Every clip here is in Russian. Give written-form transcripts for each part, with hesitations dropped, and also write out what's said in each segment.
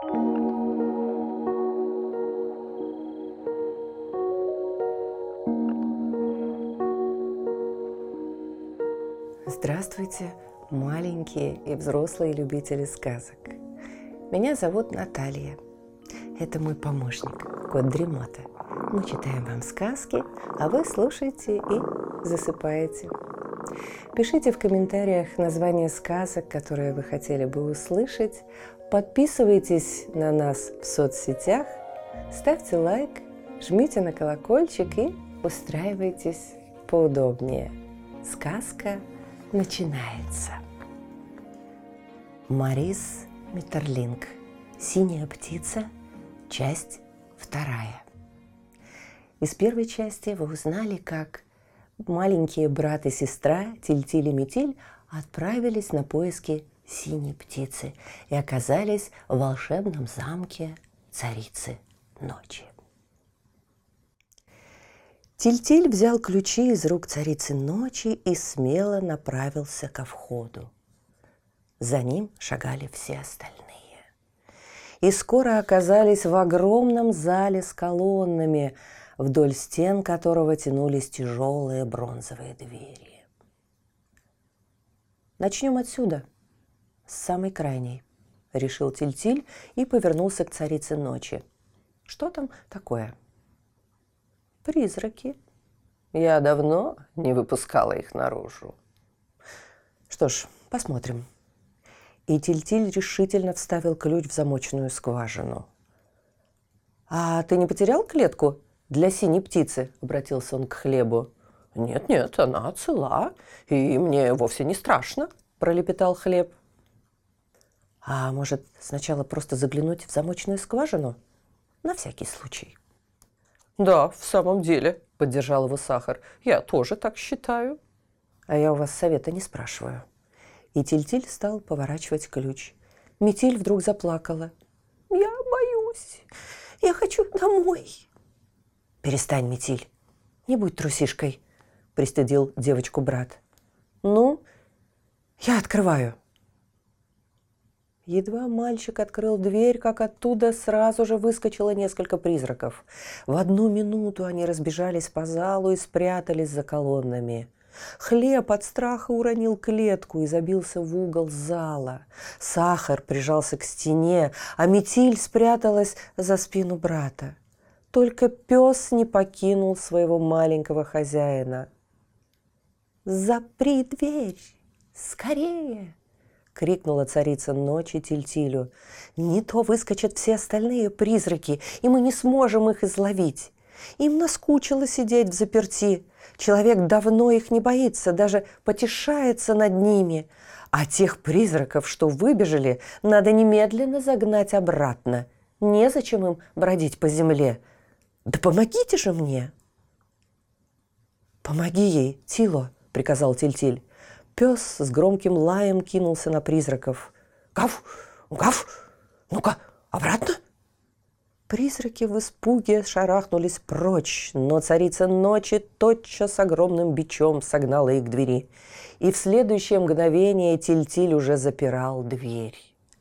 Здравствуйте, маленькие и взрослые любители сказок. Меня зовут Наталья. Это мой помощник, кот Дремота. Мы читаем вам сказки, а вы слушаете и засыпаете. Пишите в комментариях названия сказок, которые вы хотели бы услышать. Подписывайтесь на нас в соцсетях, ставьте лайк, жмите на колокольчик и устраивайтесь поудобнее. Сказка начинается. Марис Метерлинк. Синяя птица. Часть 2. Из первой части вы узнали, как маленькие брат и сестра Тиль-Тиль и Метиль отправились на поиски синей птицы и оказались в волшебном замке царицы ночи. Тиль-Тиль взял ключи из рук царицы ночи и смело направился ко входу. За ним шагали все остальные. И скоро оказались в огромном зале с колоннами, вдоль стен которого тянулись тяжелые бронзовые двери. «Начнем отсюда, с самой крайней», — решил Тиль-Тиль и повернулся к царице ночи. «Что там такое?» «Призраки. Я давно не выпускала их наружу». «Что ж, посмотрим». И Тиль-Тиль решительно вставил ключ в замочную скважину. «А ты не потерял клетку для синей птицы?» – обратился он к Хлебу. «Нет, она цела, и мне вовсе не страшно», – пролепетал Хлеб. «А может, сначала просто заглянуть в замочную скважину? На всякий случай». «Да, в самом деле», – поддержал его Сахар. «Я тоже так считаю». «А я у вас совета не спрашиваю». И Тиль-Тиль стал поворачивать ключ. Метиль вдруг заплакала. «Я боюсь. Я хочу домой». «Перестань, Метиль. Не будь трусишкой», – пристыдил девочку брат. «Ну, я открываю». Едва мальчик открыл дверь, как оттуда сразу же выскочило несколько призраков. В одну минуту они разбежались по залу и спрятались за колоннами. Хлеб от страха уронил клетку и забился в угол зала. Сахар прижался к стене, а Метиль спряталась за спину брата. Только пес не покинул своего маленького хозяина. «Запри дверь! Скорее!» — крикнула царица ночи Тиль-Тилю. «Не то выскочат все остальные призраки, и мы не сможем их изловить. Им наскучило сидеть взаперти. Человек давно их не боится, даже потешается над ними. А тех призраков, что выбежали, надо немедленно загнать обратно. Незачем им бродить по земле. Да помогите же мне!» «Помоги ей, Тило!» — приказал Тиль-Тиль. Пес с громким лаем кинулся на призраков. «Гав! Гав! Ну-ка, обратно!» Призраки в испуге шарахнулись прочь, но царица ночи тотчас огромным бичом согнала их к двери. И в следующее мгновение Тиль-Тиль уже запирал дверь.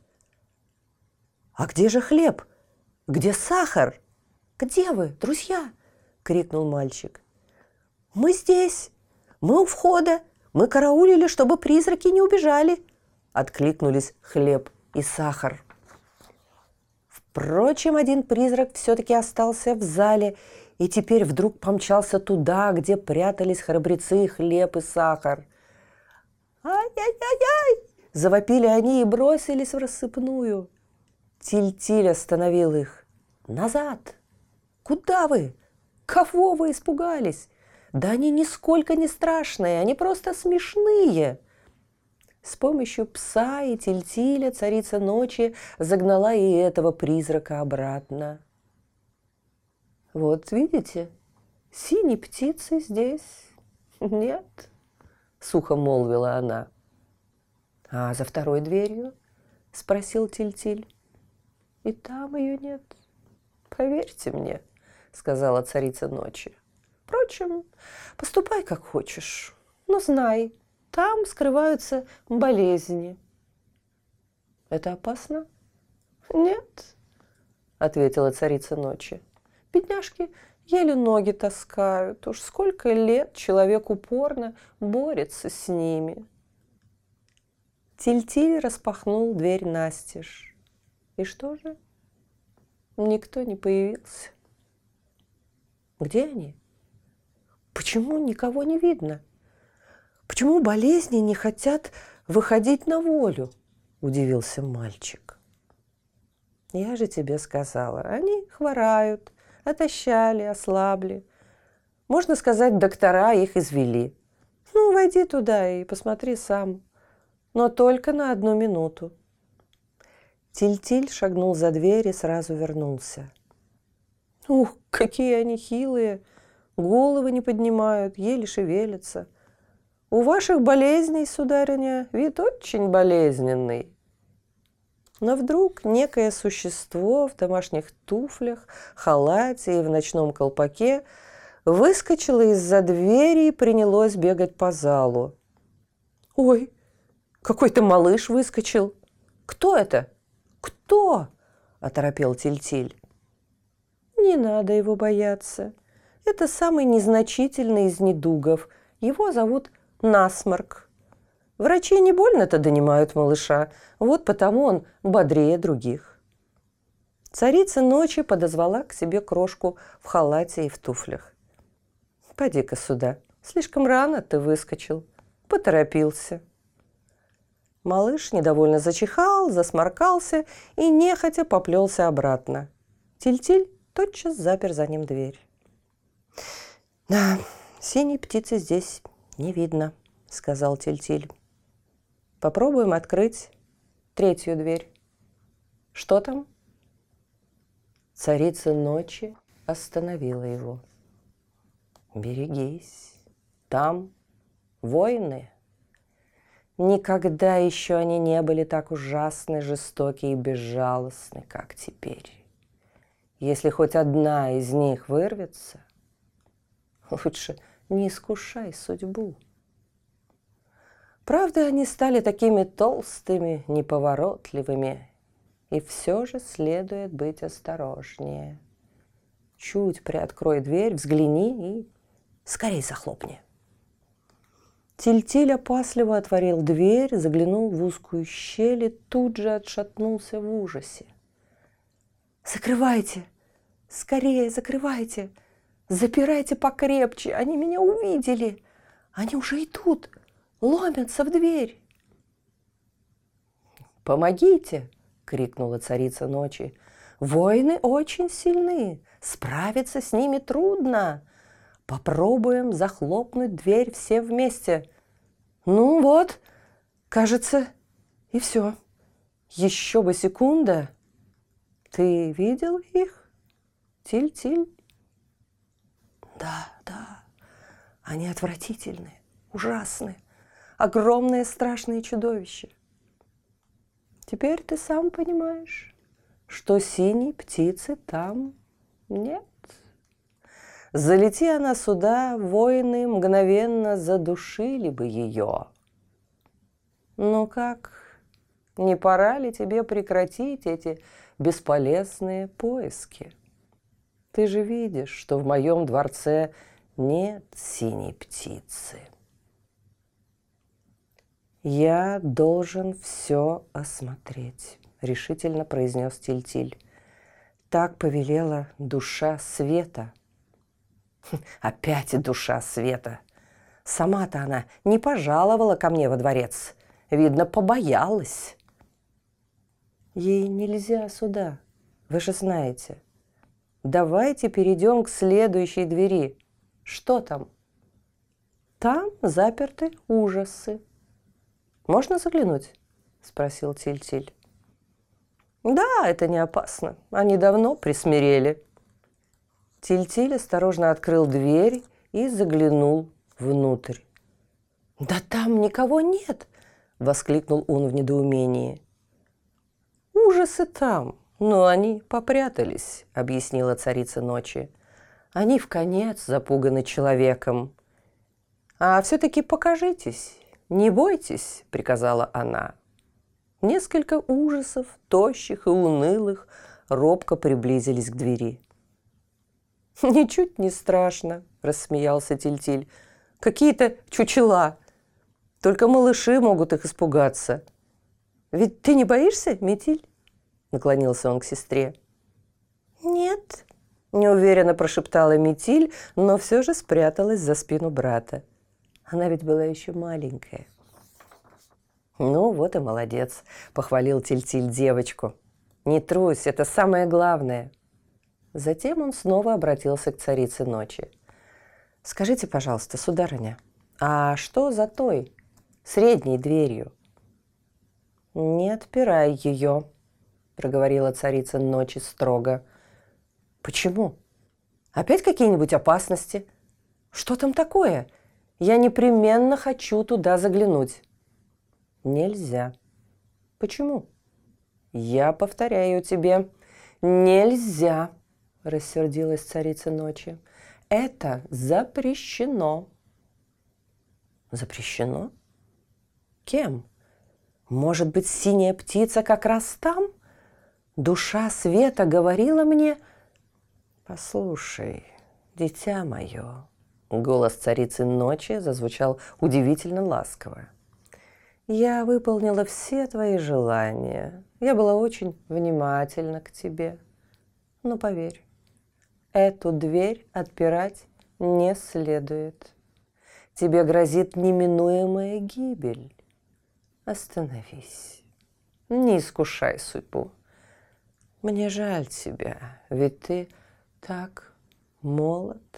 «А где же Хлеб? Где Сахар? Где вы, друзья?» — крикнул мальчик. «Мы здесь! Мы у входа! Мы караулили, чтобы призраки не убежали!» — откликнулись Хлеб и Сахар. Впрочем, один призрак все-таки остался в зале и теперь вдруг помчался туда, где прятались храбрецы Хлеб и Сахар. «Ай-яй-яй-яй!» – завопили они и бросились в рассыпную. Тиль-Тиль остановил их. «Назад! Куда вы? Кого вы испугались? Да они нисколько не страшные, они просто смешные!» С помощью пса и Тиль-Тиля царица ночи загнала и этого призрака обратно. «Вот видите, синей птицы здесь нет», — сухо молвила она. «А за второй дверью?» — спросил Тиль-Тиль. «И там ее нет. Поверьте мне», — сказала царица ночи. «Впрочем, поступай как хочешь, но знай, там скрываются болезни». «Это опасно?» «Нет», — ответила царица ночи. «Бедняжки еле ноги таскают. Уж сколько лет человек упорно борется с ними». Тиль-Тиль распахнул дверь настежь. И что же? Никто не появился. Где они? Почему никого не видно? Почему болезни не хотят выходить на волю? Удивился мальчик. Я же тебе сказала, они хворают, отощали, ослабли. Можно сказать, доктора их извели. Ну, войди туда и посмотри сам. Но только на 1 минуту. Тиль-Тиль шагнул за дверь и сразу вернулся. Ух, какие они хилые! Головы не поднимают, еле шевелятся. У ваших болезней, сударыня, вид очень болезненный. Но вдруг некое существо в домашних туфлях, халате и в ночном колпаке выскочило из-за двери и принялось бегать по залу. «Ой, какой-то малыш выскочил! Кто это? Кто?» – оторопел Тиль-Тиль. «Не надо его бояться. Это самый незначительный из недугов. Его зовут насморк. Врачи не больно-то донимают малыша, вот потому он бодрее других». Царица ночи подозвала к себе крошку в халате и в туфлях. «Поди-ка сюда, слишком рано ты выскочил, поторопился». Малыш недовольно зачихал, засморкался и нехотя поплелся обратно. Тиль-Тиль тотчас запер за ним дверь. «Да, синей птицы здесь не видно», — сказал Тиль-Тиль. «Попробуем открыть 3-ю дверь. Что там?» Царица ночи остановила его. «Берегись, там воины. Никогда еще они не были так ужасны, жестоки и безжалостны, как теперь. Если хоть одна из них вырвется, лучше не искушай судьбу. Правда, они стали такими толстыми, неповоротливыми, и все же следует быть осторожнее. Чуть приоткрой дверь, взгляни и скорей захлопни». Тиль-Тиль опасливо отворил дверь, заглянул в узкую щель и тут же отшатнулся в ужасе. «Закрывайте! Скорее закрывайте! Запирайте покрепче! Они меня увидели! Они уже идут! Ломятся в дверь!» «Помогите!» — крикнула царица ночи. «Воины очень сильны! Справиться с ними трудно! Попробуем захлопнуть дверь все вместе. Ну вот, кажется, и все. Еще бы секунда. Ты видел их, Тиль-Тиль?» Да, они отвратительны, ужасны, огромные страшные чудовища. Теперь ты сам понимаешь, что синей птицы там нет. Залети она сюда, воины мгновенно задушили бы ее. Ну как, не пора ли тебе прекратить эти бесполезные поиски? Ты же видишь, что в моем дворце нет синей птицы. «Я должен все осмотреть», — решительно произнес Тиль-Тиль. «Так повелела душа света». «Опять душа света! Сама-то она не пожаловала ко мне во дворец. Видно, побоялась». «Ей нельзя сюда, вы же знаете. Давайте перейдем к следующей двери. Что там?» «Там заперты ужасы». «Можно заглянуть?» – спросил Тиль-Тиль. «Да, это не опасно. Они давно присмирели». Тиль-Тиль осторожно открыл дверь и заглянул внутрь. «Да там никого нет!» – воскликнул он в недоумении. «Ужасы там, но они попрятались», – объяснила царица ночи. «Они вконец запуганы человеком. А все-таки покажитесь, не бойтесь», – приказала она. Несколько ужасов, тощих и унылых, робко приблизились к двери. «Ничуть не страшно», – рассмеялся Тильтиль. «Какие-то чучела. Только малыши могут их испугаться. Ведь ты не боишься, Метиль?» – наклонился он к сестре. «Нет», – неуверенно прошептала Метиль, но все же спряталась за спину брата. Она ведь была еще маленькая. «Ну, вот и молодец», – похвалил Тильтиль девочку. «Не трусь, это самое главное». Затем он снова обратился к царице ночи. «Скажите, пожалуйста, сударыня, а что за той средней дверью?» «Не отпирай ее», – проговорила царица ночи строго. «Почему? Опять какие-нибудь опасности? Что там такое? Я непременно хочу туда заглянуть». «Нельзя». «Почему?» «Я повторяю тебе, нельзя», – рассердилась царица ночи. «Это запрещено». «Запрещено? Кем? Может быть, синяя птица как раз там? Душа света говорила мне...» «Послушай, дитя мое», – голос царицы ночи зазвучал удивительно ласково. «Я выполнила все твои желания. Я была очень внимательна к тебе. Но поверь, эту дверь отпирать не следует. Тебе грозит неминуемая гибель. Остановись. Не искушай судьбу. Мне жаль тебя, ведь ты так молод».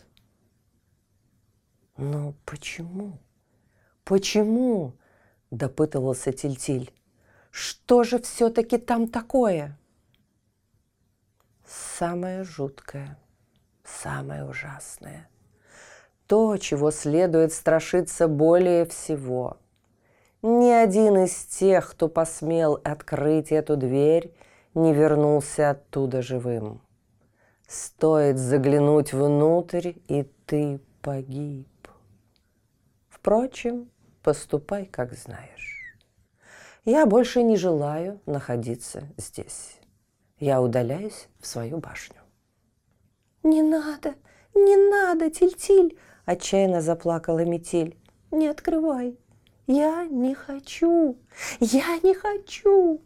«Но почему? Почему?» – допытывался Тильтиль. «Что же все-таки там такое?» «Самое жуткое, самое ужасное. То, чего следует страшиться более всего. Ни один из тех, кто посмел открыть эту дверь, не вернулся оттуда живым. Стоит заглянуть внутрь, и ты погиб. Впрочем, поступай, как знаешь. Я больше не желаю находиться здесь. Я удаляюсь в свою башню». «Не надо, не надо, Тильтиль!» – отчаянно заплакала Метиль. «Не открывай! Я не хочу! Я не хочу!»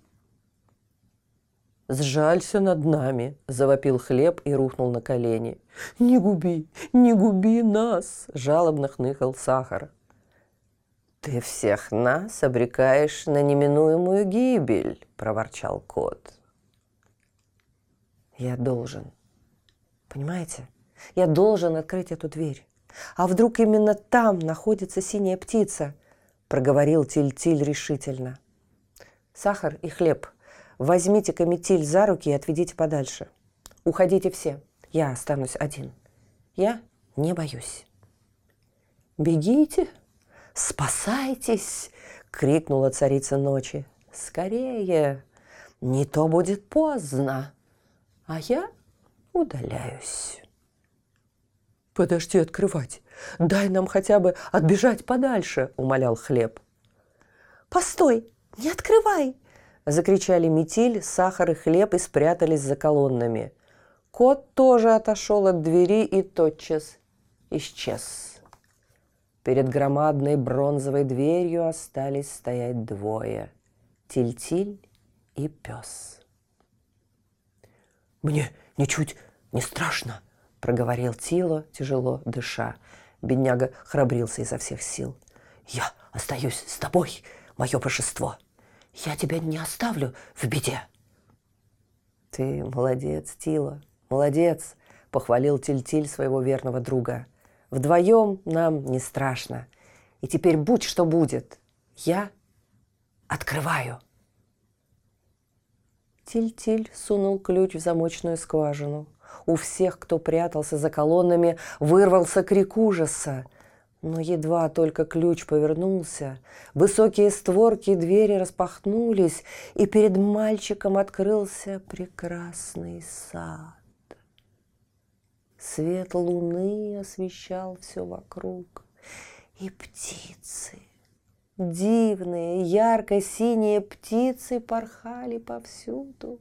«Сжалься над нами!» – завопил Хлеб и рухнул на колени. Не губи нас!» – жалобно хныкал Сахар. «Ты всех нас обрекаешь на неминуемую гибель», – проворчал Кот. «Я должен, понимаете? Я должен открыть эту дверь. А вдруг именно там находится синяя птица?» – проговорил Тильтиль решительно. «Сахар и Хлеб, возьмите-ка Метиль за руки и отведите подальше. Уходите все, я останусь один. Я не боюсь». «Бегите! Спасайтесь!» – крикнула царица ночи. «Скорее! Не то будет поздно, а я удаляюсь». «Подожди открывать! Дай нам хотя бы отбежать подальше!» – умолял Хлеб. «Постой! Не открывай!» – закричали Метиль, Сахар и Хлеб и спрятались за колоннами. Кот тоже отошел от двери и тотчас исчез. Перед громадной бронзовой дверью остались стоять двое – Тильтиль и пес. «Мне ничуть не страшно», – проговорил Тило, тяжело дыша. Бедняга храбрился изо всех сил. «Я остаюсь с тобой, мое божество. Я тебя не оставлю в беде». «Ты молодец, Тило, молодец», – похвалил Тильтиль своего верного друга. «Вдвоем нам не страшно. И теперь будь что будет. Я открываю». Тильтиль сунул ключ в замочную скважину. У всех, кто прятался за колоннами, вырвался крик ужаса. Но едва только ключ повернулся, высокие створки двери распахнулись, и перед мальчиком открылся прекрасный сад. Свет луны освещал все вокруг, и птицы, Дивные, ярко-синие птицы порхали повсюду.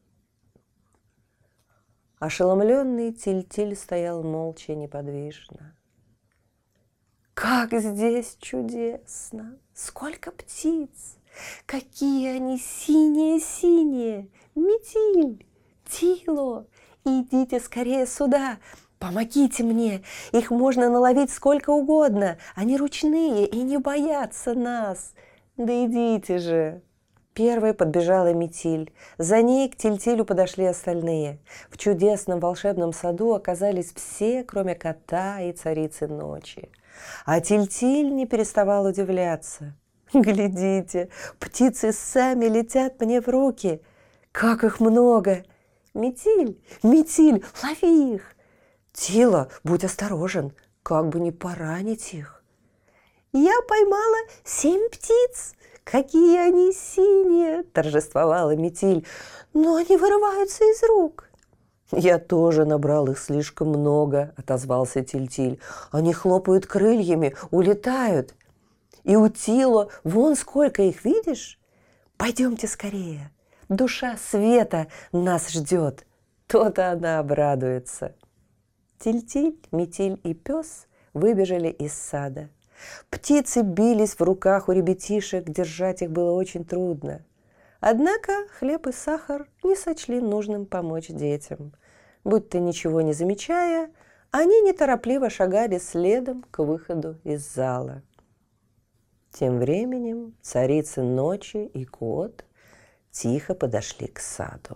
Ошеломленный Тиль-Тиль стоял молча и неподвижно. Как здесь чудесно! Сколько птиц! Какие они синие-синие! Метиль, Тило, идите скорее сюда! Помогите мне! Их можно наловить сколько угодно! Они ручные и не боятся нас! Да идите же! Первой подбежала Метиль. За ней к Тиль-Тилю подошли остальные. В чудесном волшебном саду оказались все, кроме кота и царицы ночи. А Тиль-Тиль не переставал удивляться. «Глядите, птицы сами летят мне в руки! Как их много! Метиль, Метиль, лови их! Тило, будь осторожен, как бы не поранить их!» «Я поймала 7 птиц! Какие они синие!» – торжествовала Метиль. «Но они вырываются из рук!» «Я тоже набрал их слишком много», – отозвался Тиль-Тиль. «Они хлопают крыльями, улетают. И у Тило вон сколько их, видишь? Пойдемте скорее. Душа света нас ждет. То-то она обрадуется». Тиль-Тиль, Метиль и пес выбежали из сада. Птицы бились в руках у ребятишек, держать их было очень трудно. Однако хлеб и сахар не сочли нужным помочь детям. Будто ничего не замечая, они неторопливо шагали следом к выходу из зала. Тем временем царица ночи и кот тихо подошли к саду.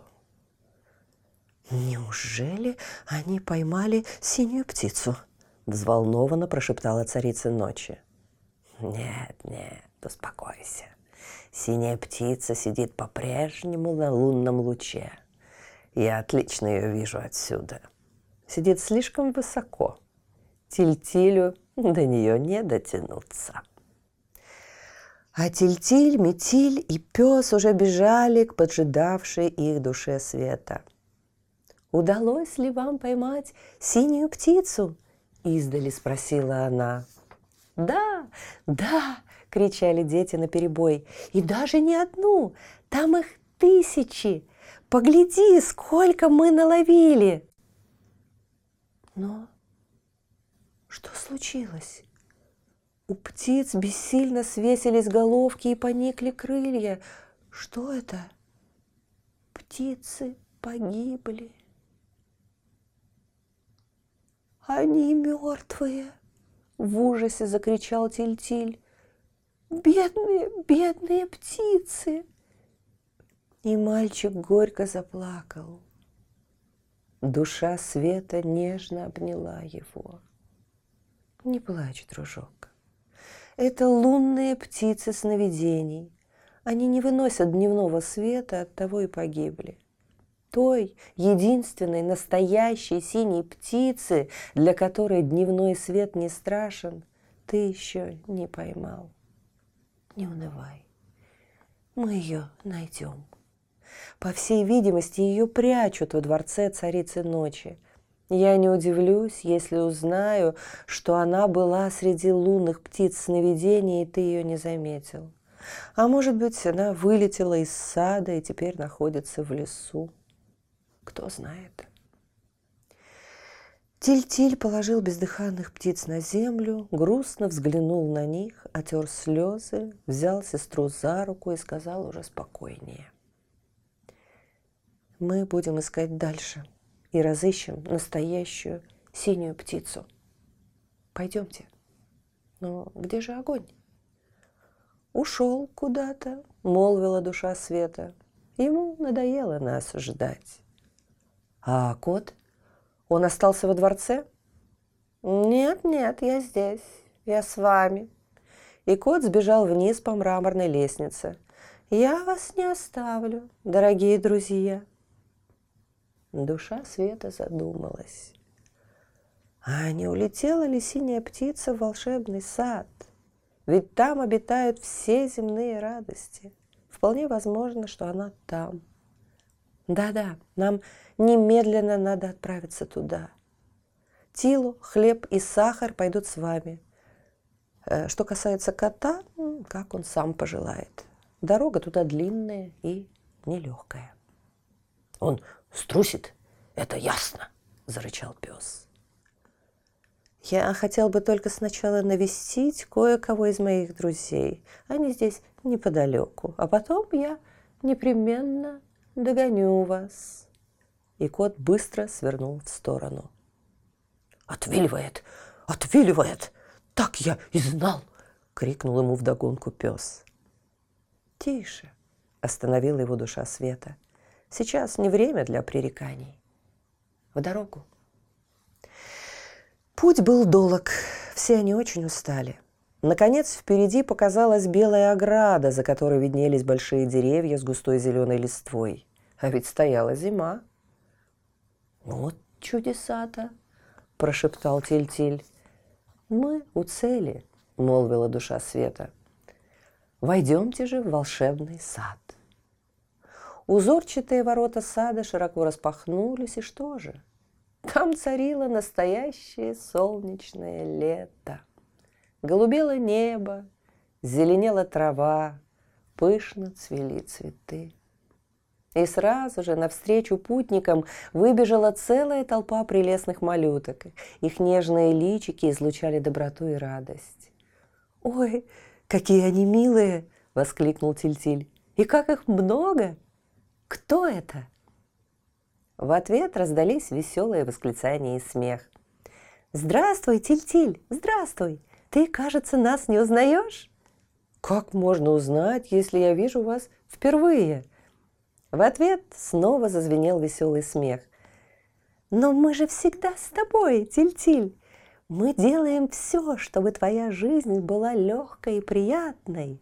«Неужели они поймали синюю птицу?» – взволнованно прошептала царица ночи. «Нет, успокойся. Синяя птица сидит по-прежнему на лунном луче. Я отлично ее вижу отсюда. Сидит слишком высоко. Тиль-Тилю до нее не дотянуться». А Тиль-Тиль, Метиль и пес уже бежали к поджидавшей их душе света. «Удалось ли вам поймать синюю птицу?» – издали спросила она. «Да, да!» – кричали дети наперебой. «И даже не одну! Там их 1000! Погляди, сколько мы наловили!» Но что случилось? У птиц бессильно свесились головки и поникли крылья. Что это? Птицы погибли. «Они мертвые!» – в ужасе закричал Тиль-Тиль. «Бедные, бедные птицы!» И мальчик горько заплакал. Душа света нежно обняла его. «Не плачь, дружок. Это лунные птицы сновидений. Они не выносят дневного света, оттого и погибли. Той единственной настоящей синей птицы, для которой дневной свет не страшен, ты еще не поймал. Не унывай, мы ее найдем. По всей видимости, ее прячут во дворце царицы ночи. Я не удивлюсь, если узнаю, что она была среди лунных птиц сновидений, и ты ее не заметил. А может быть, она вылетела из сада и теперь находится в лесу. Кто знает. Тиль-Тиль положил бездыханных птиц на землю, грустно взглянул на них, отер слезы, взял сестру за руку и сказал уже спокойнее. «Мы будем искать дальше и разыщем настоящую синюю птицу. Пойдемте. Но где же огонь?» «Ушел куда-то», — молвила душа света. «Ему надоело нас ждать». «А кот? Он остался во дворце?» «Нет, я здесь. Я с вами». И кот сбежал вниз по мраморной лестнице. «Я вас не оставлю, дорогие друзья». Душа света задумалась. А не улетела ли синяя птица в волшебный сад? Ведь там обитают все земные радости. Вполне возможно, что она там. Да, нам немедленно надо отправиться туда. Тилу, хлеб и сахар пойдут с вами. Что касается кота, как он сам пожелает. Дорога туда длинная и нелегкая. «Он струсит, это ясно», – зарычал пес. «Я хотел бы только сначала навестить кое-кого из моих друзей. Они здесь неподалеку, а потом я непременно догоню вас». И кот быстро свернул в сторону. «Отвиливает! Отвиливает! Так я и знал!» — крикнул ему вдогонку пес. «Тише!» — остановила его душа света. «Сейчас не время для пререканий. В дорогу!» Путь был долог, все они очень устали. Наконец впереди показалась белая ограда, за которой виднелись большие деревья с густой зеленой листвой. А ведь стояла зима. «Вот чудеса-то!» – прошептал Тиль-Тиль. «Мы у цели», – молвила душа света. «Войдемте же в волшебный сад». Узорчатые ворота сада широко распахнулись, и что же? Там царило настоящее солнечное лето. Голубело небо, зеленела трава, пышно цвели цветы. И сразу же навстречу путникам выбежала целая толпа прелестных малюток. Их нежные личики излучали доброту и радость. «Ой, какие они милые!» — воскликнул Тиль-Тиль. «И как их много! Кто это?» В ответ раздались веселые восклицания и смех. «Здравствуй, Тиль-Тиль! Здравствуй! Ты, кажется, нас не узнаешь?» «Как можно узнать, если я вижу вас впервые?» В ответ снова зазвенел веселый смех. «Но мы же всегда с тобой, Тиль-Тиль! Мы делаем все, чтобы твоя жизнь была легкой и приятной!»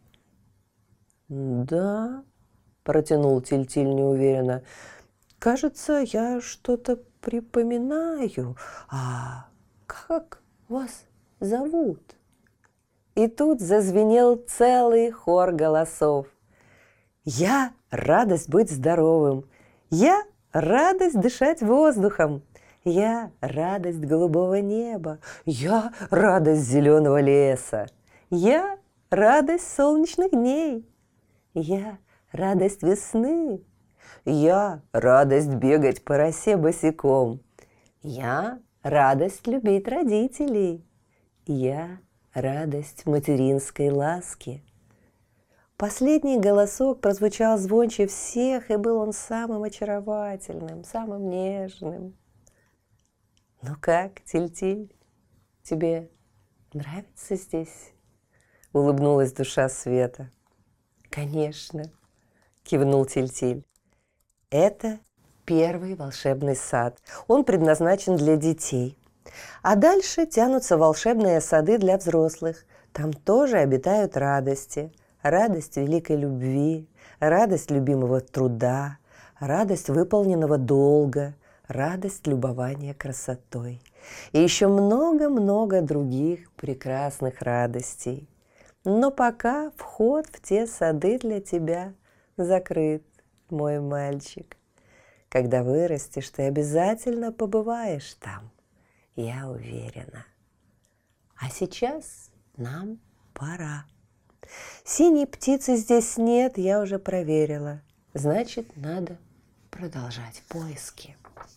«Да», — протянул Тиль-Тиль неуверенно, — «кажется, я что-то припоминаю. А как вас зовут?» И тут зазвенел целый хор голосов. «Я радость быть здоровым, я радость дышать воздухом, я радость голубого неба, я радость зеленого леса, я радость солнечных дней, я радость весны, я радость бегать по росе босиком, я радость любить родителей, я радость материнской ласки». Последний голосок прозвучал звонче всех, и был он самым очаровательным, самым нежным. «Ну как, Тиль-Тиль, тебе нравится здесь?» — улыбнулась душа света. «Конечно», — кивнул Тиль-Тиль. «Это первый волшебный сад. Он предназначен для детей. А дальше тянутся волшебные сады для взрослых. Там тоже обитают радости. Радость великой любви, радость любимого труда, радость выполненного долга, радость любования красотой. И еще много-много других прекрасных радостей. Но пока вход в те сады для тебя закрыт, мой мальчик. Когда вырастешь, ты обязательно побываешь там, я уверена. А сейчас нам пора. Синей птицы здесь нет, я уже проверила. Значит, надо продолжать поиски.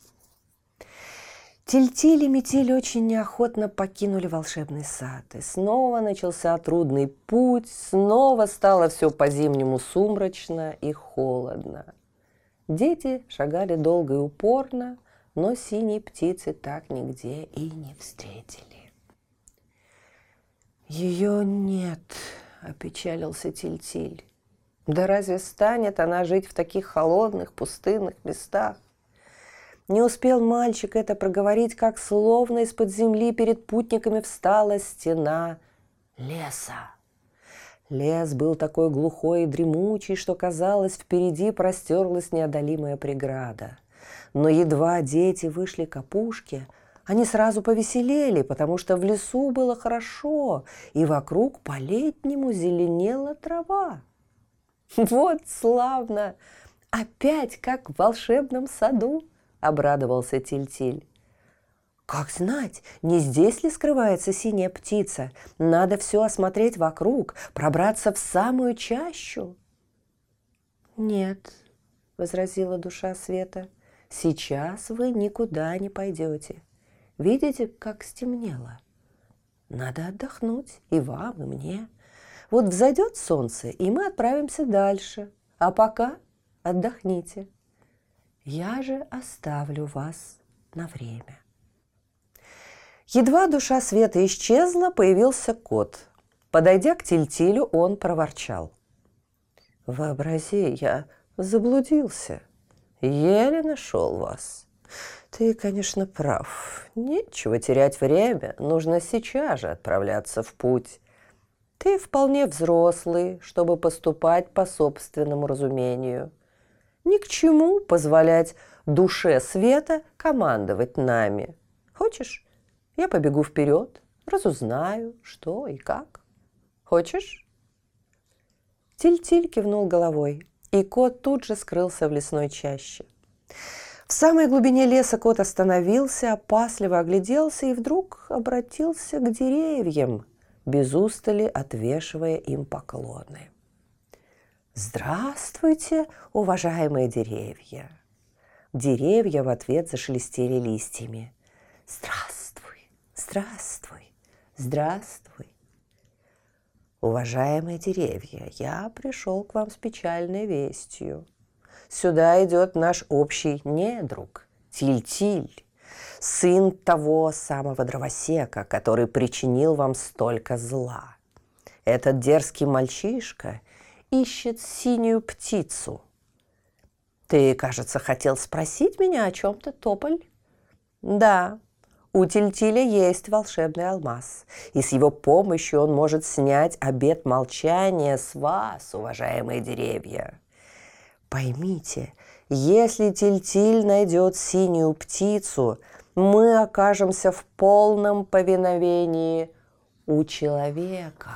Тиль-Тиль и Метель очень неохотно покинули волшебный сад. И снова начался трудный путь, снова стало все по-зимнему сумрачно и холодно. Дети шагали долго и упорно, но синей птицы так нигде и не встретили. «Ее нет», — опечалился Тиль-Тиль. «Да разве станет она жить в таких холодных, пустынных местах?» Не успел мальчик это проговорить, как словно из-под земли перед путниками встала стена леса. Лес был такой глухой и дремучий, что, казалось, впереди простерлась неодолимая преграда. Но едва дети вышли к опушке, они сразу повеселели, потому что в лесу было хорошо, и вокруг по-летнему зеленела трава. «Вот славно! Опять как в волшебном саду!» — обрадовался Тиль-Тиль. Как знать, не здесь ли скрывается синяя птица? Надо все осмотреть вокруг, пробраться в самую чащу. Нет, возразила душа света, сейчас вы никуда не пойдете. Видите, как стемнело? Надо отдохнуть и вам, и мне. Вот взойдет солнце, и мы отправимся дальше. А пока отдохните. Я же оставлю вас на время. Едва душа света исчезла, появился кот. Подойдя к Тильтилю, он проворчал. «Вообрази, я заблудился. Еле нашел вас. Ты, конечно, прав. Нечего терять время. Нужно сейчас же отправляться в путь. Ты вполне взрослый, чтобы поступать по собственному разумению. Ни к чему позволять душе света командовать нами. Хочешь, я побегу вперед, разузнаю, что и как. Хочешь?» Тиль-Тиль кивнул головой, и кот тут же скрылся в лесной чаще. В самой глубине леса кот остановился, опасливо огляделся и вдруг обратился к деревьям, без устали отвешивая им поклоны. «Здравствуйте, уважаемые деревья!» Деревья в ответ зашелестели листьями. «Здравствуй, здравствуй, здравствуй!» «Уважаемые деревья, я пришел к вам с печальной вестью. Сюда идет наш общий недруг, Тиль-Тиль, сын того самого дровосека, который причинил вам столько зла. Этот дерзкий мальчишка ищет синюю птицу. Ты, кажется, хотел спросить меня о чем-то, Тополь?» «Да, у Тиль-Тиля есть волшебный алмаз, и с его помощью он может снять обет молчания с вас, уважаемые деревья. Поймите, если Тиль-Тиль найдет синюю птицу, мы окажемся в полном повиновении у человека».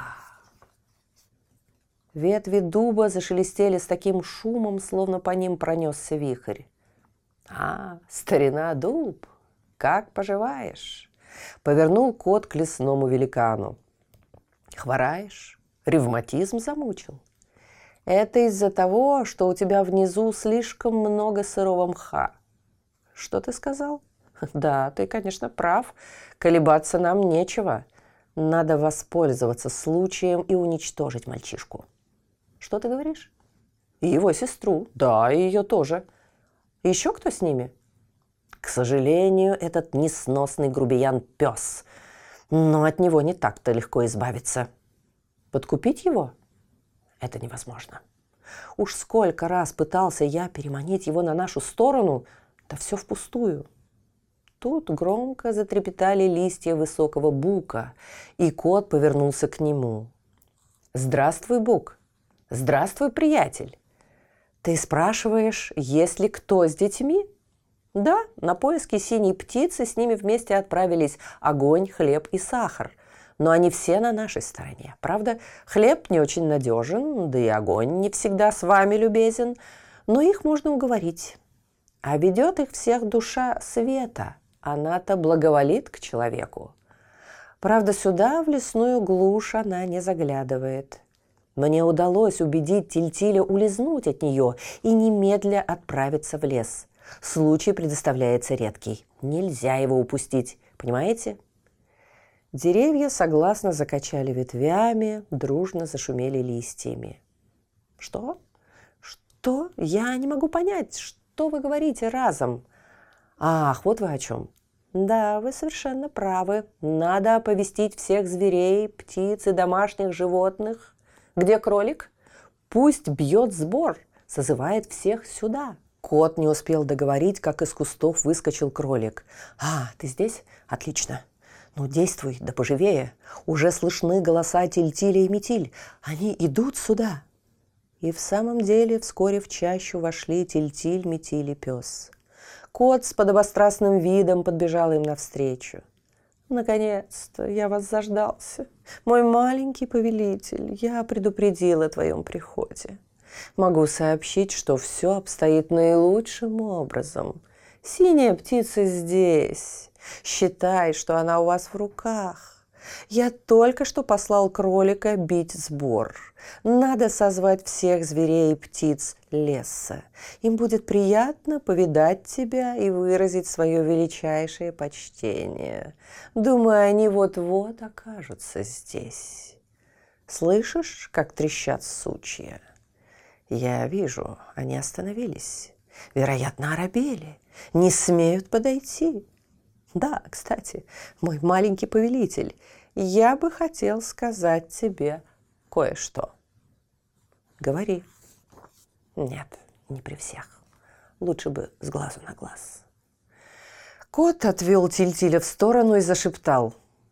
Ветви дуба зашелестели с таким шумом, словно по ним пронесся вихрь. «А, старина дуб, как поживаешь?» Повернул кот к лесному великану. «Хвораешь? Ревматизм замучил? Это из-за того, что у тебя внизу слишком много сырого мха. Что ты сказал? Да, ты, конечно, прав. Колебаться нам нечего. Надо воспользоваться случаем и уничтожить мальчишку». «Что ты говоришь?» «И его сестру. Да, и ее тоже. Еще кто с ними?» «К сожалению, этот несносный грубиян пес. Но от него не так-то легко избавиться. Подкупить его? Это невозможно. Уж сколько раз пытался я переманить его на нашу сторону, да все впустую». Тут громко затрепетали листья высокого бука, и кот повернулся к нему. «Здравствуй, бук. Здравствуй, приятель. Ты спрашиваешь, есть ли кто с детьми?» «Да, на поиски синей птицы с ними вместе отправились Огонь, Хлеб и Сахар. Но они все на нашей стороне. Правда, Хлеб не очень надежен, да и Огонь не всегда с вами любезен, но их можно уговорить. А ведет их всех душа света. Она-то благоволит к человеку. Правда, сюда, в лесную глушь, она не заглядывает. Мне удалось убедить Тиль-Тиля улизнуть от нее и немедля отправиться в лес. Случай предоставляется редкий. Нельзя его упустить, понимаете?» Деревья согласно закачали ветвями, дружно зашумели листьями. «Что? Что? Я не могу понять, что вы говорите разом?» «Ах, вот вы о чем. Да, вы совершенно правы. Надо оповестить всех зверей, птиц и домашних животных. Где кролик? Пусть бьет сбор, созывает всех сюда». Кот не успел договорить, как из кустов выскочил кролик. «А, ты здесь? Отлично. Ну, действуй, да поживее. Уже слышны голоса Тиль-Тиля и Метиль. Они идут сюда». И в самом деле вскоре в чащу вошли Тиль-Тиль, Метиль и пес. Кот с подобострастным видом подбежал им навстречу. «Наконец-то я вас заждался. Мой маленький повелитель, я предупредил о твоем приходе. Могу сообщить, что все обстоит наилучшим образом. Синяя птица здесь. Считай, что она у вас в руках. Я только что послал кролика бить сбор. Надо созвать всех зверей и птиц леса. Им будет приятно повидать тебя и выразить свое величайшее почтение. Думаю, они вот-вот окажутся здесь. Слышишь, как трещат сучья? Я вижу, они остановились. Вероятно, оробели. Не смеют подойти. Да, кстати, мой маленький повелитель, я бы хотел сказать тебе кое-что. Говори. Нет, не при всех. Лучше бы с глазу на глаз. Кот отвел Тильтиля в сторону и зашептал.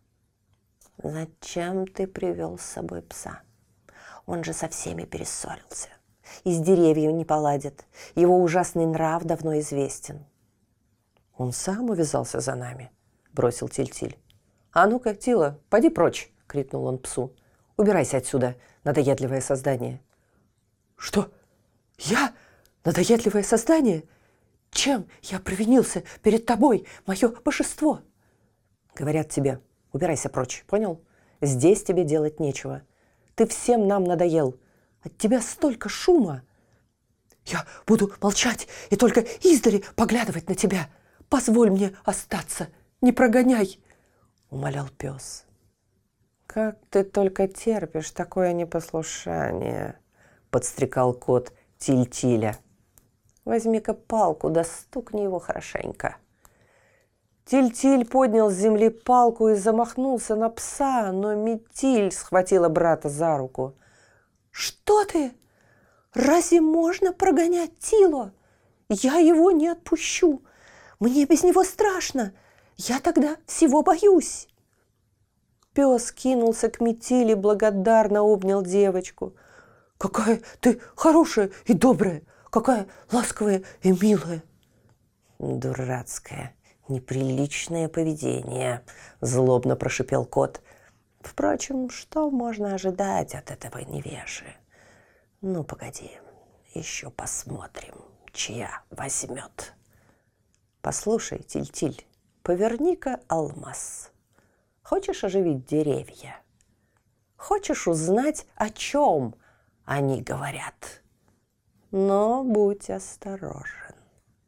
Зачем ты привел с собой пса? Он же со всеми перессорился. И с деревьями не поладит. Его ужасный нрав давно известен. Он сам увязался за нами, бросил Тильтиль. А ну-ка, Тила, поди прочь, крикнул он псу. Убирайся отсюда, надоедливое создание. Что? Я? Надоедливое создание? Чем я провинился перед тобой, мое божество? Говорят тебе, убирайся прочь, понял? Здесь тебе делать нечего. Ты всем нам надоел. От тебя столько шума. Я буду молчать и только издали поглядывать на тебя. Позволь мне остаться, не прогоняй, умолял пес. Как ты только терпишь такое непослушание, подстрекал кот Тильтиля. Возьми-ка палку, да стукни его хорошенько. Тильтиль поднял с земли палку и замахнулся на пса, но Метиль схватила брата за руку. Что ты? Разве можно прогонять Тило? Я его не отпущу. Мне без него страшно. Я тогда всего боюсь. Пес кинулся к Метиле, благодарно обнял девочку. Какая ты хорошая и добрая, какая ласковая и милая. Дурацкое, неприличное поведение, злобно прошипел кот. Впрочем, что можно ожидать от этого невежи? Ну, погоди, еще посмотрим, чья возьмет. Послушай, Тильтиль, поверни-ка алмаз. Хочешь оживить деревья? Хочешь узнать, о чем они говорят? Но будь осторожен.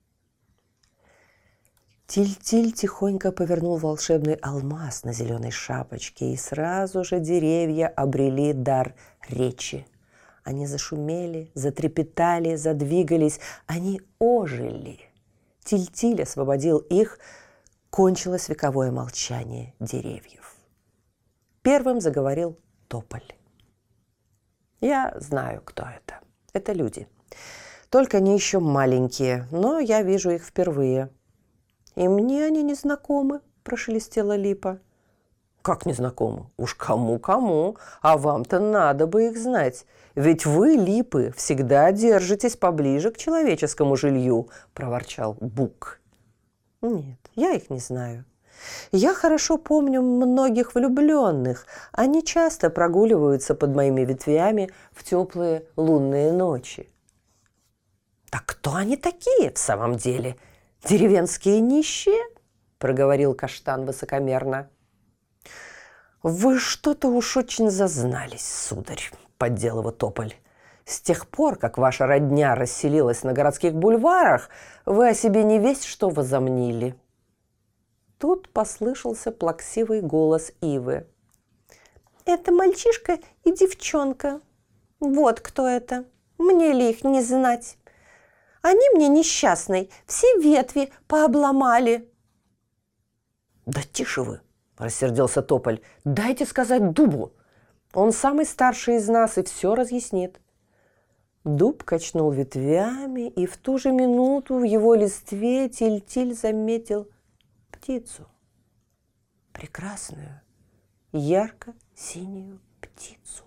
Тильтиль тихонько повернул волшебный алмаз на зеленой шапочке, и сразу же деревья обрели дар речи. Они зашумели, затрепетали, задвигались, они ожили. Тильтиль освободил их, кончилось вековое молчание деревьев. Первым заговорил тополь. Я знаю, кто это. Это люди. Только они еще маленькие, но я вижу их впервые. И мне они не знакомы, прошелестела липа. Как не знакомы? Уж кому-кому, а вам-то надо бы их знать. Ведь вы, липы, всегда держитесь поближе к человеческому жилью, проворчал Бук. Нет, я их не знаю. Я хорошо помню многих влюбленных. Они часто прогуливаются под моими ветвями в теплые лунные ночи. Так кто они такие в самом деле? Деревенские нищие? Проговорил Каштан высокомерно. Вы что-то уж очень зазнались, сударь, поддел его тополь. С тех пор, как ваша родня расселилась на городских бульварах, вы о себе не весть что возомнили. Тут послышался плаксивый голос Ивы. Это мальчишка и девчонка. Вот кто это. Мне ли их не знать? Они мне несчастной все ветви пообломали. Да тише вы, рассердился тополь. Дайте сказать дубу. Он самый старший из нас и все разъяснит. Дуб качнул ветвями, и в ту же минуту в его листве Тильтиль заметил птицу. Прекрасную, ярко-синюю птицу.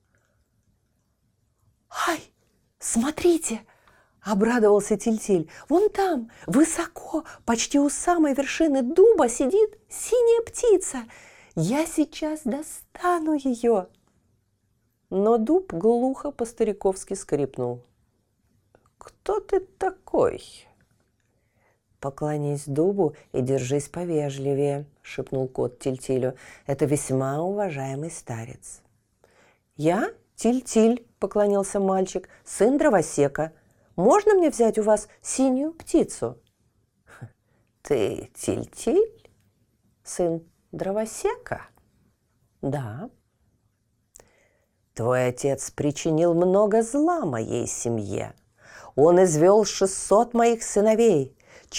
«Ай, смотрите!» – обрадовался Тильтиль. «Вон там, высоко, почти у самой вершины дуба сидит синяя птица. Я сейчас достану ее!» Но дуб глухо по-стариковски скрипнул. «Кто ты такой?» «Поклонись дубу и держись повежливее», — шепнул кот Тильтилю. «Это весьма уважаемый старец». «Я Тиль-Тиль», — поклонился мальчик, — «сын дровосека. Можно мне взять у вас синюю птицу?» «Ты Тиль-Тиль, сын дровосека?» «Да». «Твой отец причинил много зла моей семье. Он извел 600 моих сыновей,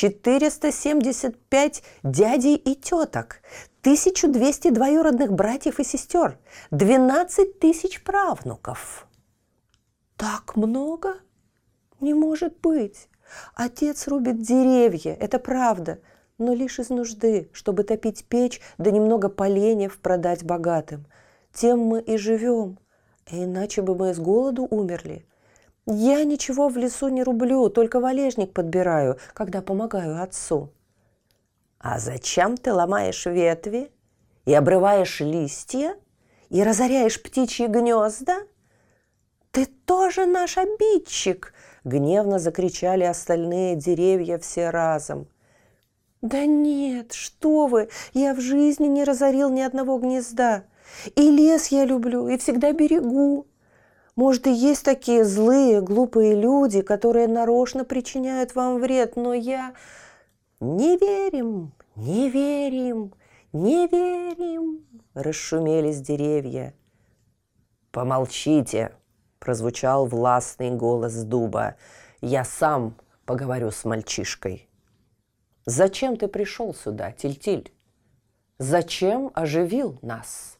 475 дядей и теток, 1200 двоюродных братьев и сестер, 12 тысяч правнуков». «Так много? Не может быть. Отец рубит деревья, это правда, но лишь из нужды, чтобы топить печь, да немного поленьев продать богатым. Тем мы и живем, иначе бы мы с голоду умерли. Я ничего в лесу не рублю, только валежник подбираю, когда помогаю отцу». «А зачем ты ломаешь ветви и обрываешь листья и разоряешь птичьи гнезда?» «Ты тоже наш обидчик!» — гневно закричали остальные деревья все разом. «Да нет, что вы! Я в жизни не разорил ни одного гнезда. И лес я люблю, и всегда берегу. Может, и есть такие злые, глупые люди, которые нарочно причиняют вам вред, но я...» «Не верим, не верим, не верим!» — расшумелись деревья. «Помолчите!» — прозвучал властный голос дуба. «Я сам поговорю с мальчишкой». «Зачем ты пришел сюда, Тиль-Тиль? Зачем оживил нас?»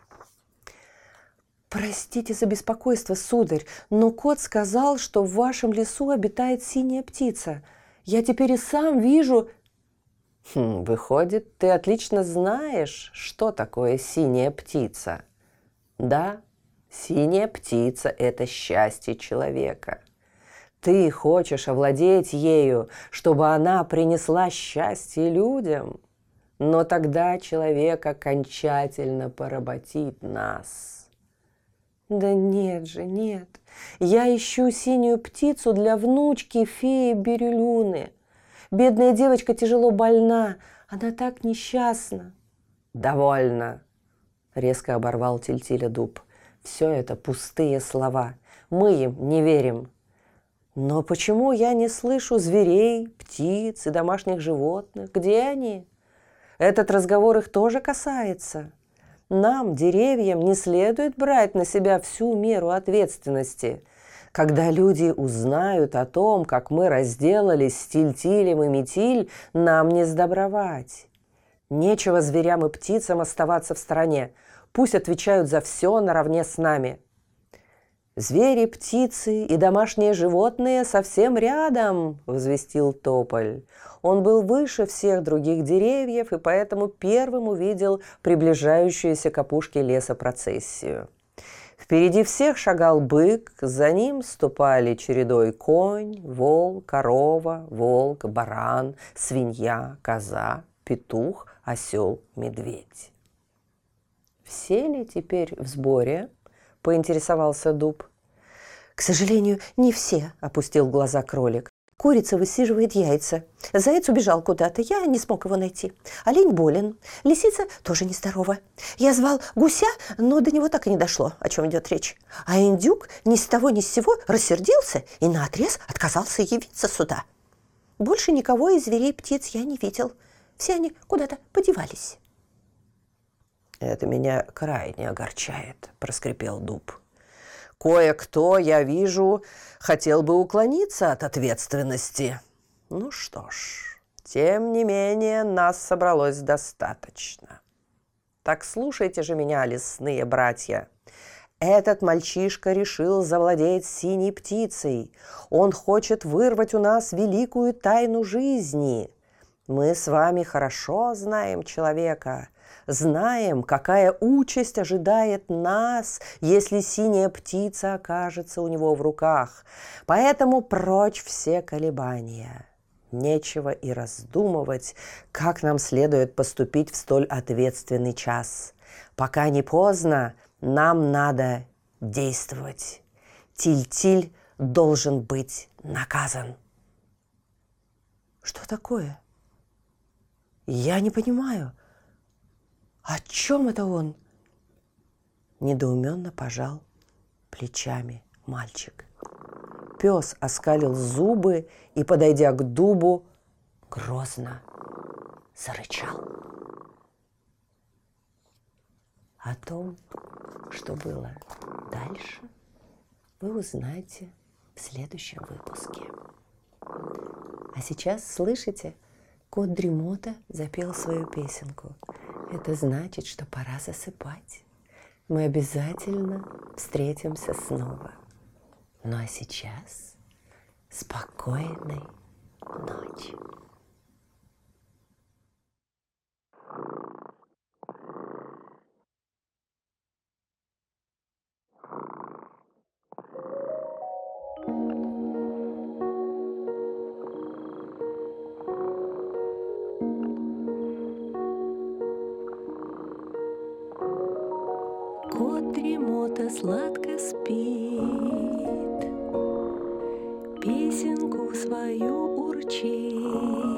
«Простите за беспокойство, сударь, но кот сказал, что в вашем лесу обитает синяя птица. Я теперь и сам вижу...» «Выходит, ты отлично знаешь, что такое синяя птица. Да, синяя птица – это счастье человека. Ты хочешь овладеть ею, чтобы она принесла счастье людям, но тогда человек окончательно поработит нас». «Да нет же, нет. Я ищу синюю птицу для внучки феи Бирюлюны. Бедная девочка тяжело больна, она так несчастна». «Довольно», — резко оборвал Тильтиля дуб. «Все это пустые слова. Мы им не верим». «Но почему я не слышу зверей, птиц и домашних животных? Где они? Этот разговор их тоже касается. Нам, деревьям, не следует брать на себя всю меру ответственности. Когда люди узнают о том, как мы разделались с Тильтилем и Метиль, нам не сдобровать. Нечего зверям и птицам оставаться в стороне. Пусть отвечают за все наравне с нами». «Звери, птицы и домашние животные совсем рядом», — возвестил тополь. Он был выше всех других деревьев и поэтому первым увидел приближающуюся к опушке леса процессию. Впереди всех шагал бык, за ним ступали чередой конь, волк, корова, волк, баран, свинья, коза, петух, осел, медведь. «Все ли теперь в сборе?» – поинтересовался дуб. «К сожалению, не все», – опустил глаза кролик. «Курица высиживает яйца. Заяц убежал куда-то, я не смог его найти. Олень болен. Лисица тоже нездорова. Я звал гуся, но до него так и не дошло, о чем идет речь. А индюк ни с того ни с сего рассердился и наотрез отказался явиться сюда. Больше никого из зверей и птиц я не видел. Все они куда-то подевались». «Это меня крайне огорчает», – проскрипел дуб. «Кое-кто, я вижу, хотел бы уклониться от ответственности. Ну что ж, тем не менее, нас собралось достаточно. Так слушайте же меня, лесные братья. Этот мальчишка решил завладеть синей птицей. Он хочет вырвать у нас великую тайну жизни. Мы с вами хорошо знаем человека, знаем, какая участь ожидает нас, если синяя птица окажется у него в руках. Поэтому прочь все колебания. Нечего и раздумывать, как нам следует поступить в столь ответственный час. Пока не поздно, нам надо действовать. Тиль-Тиль должен быть наказан». Что такое? Я не понимаю. О чем это он? Недоуменно пожал плечами мальчик. Пес оскалил зубы и, подойдя к дубу, грозно зарычал. О том, что было дальше, вы узнаете в следующем выпуске. А сейчас, слышите, кот Дремота запел свою песенку. Это значит, что пора засыпать. Мы обязательно встретимся снова. Ну а сейчас спокойной ночи. Кот Дремота сладко спит, песенку свою урчит.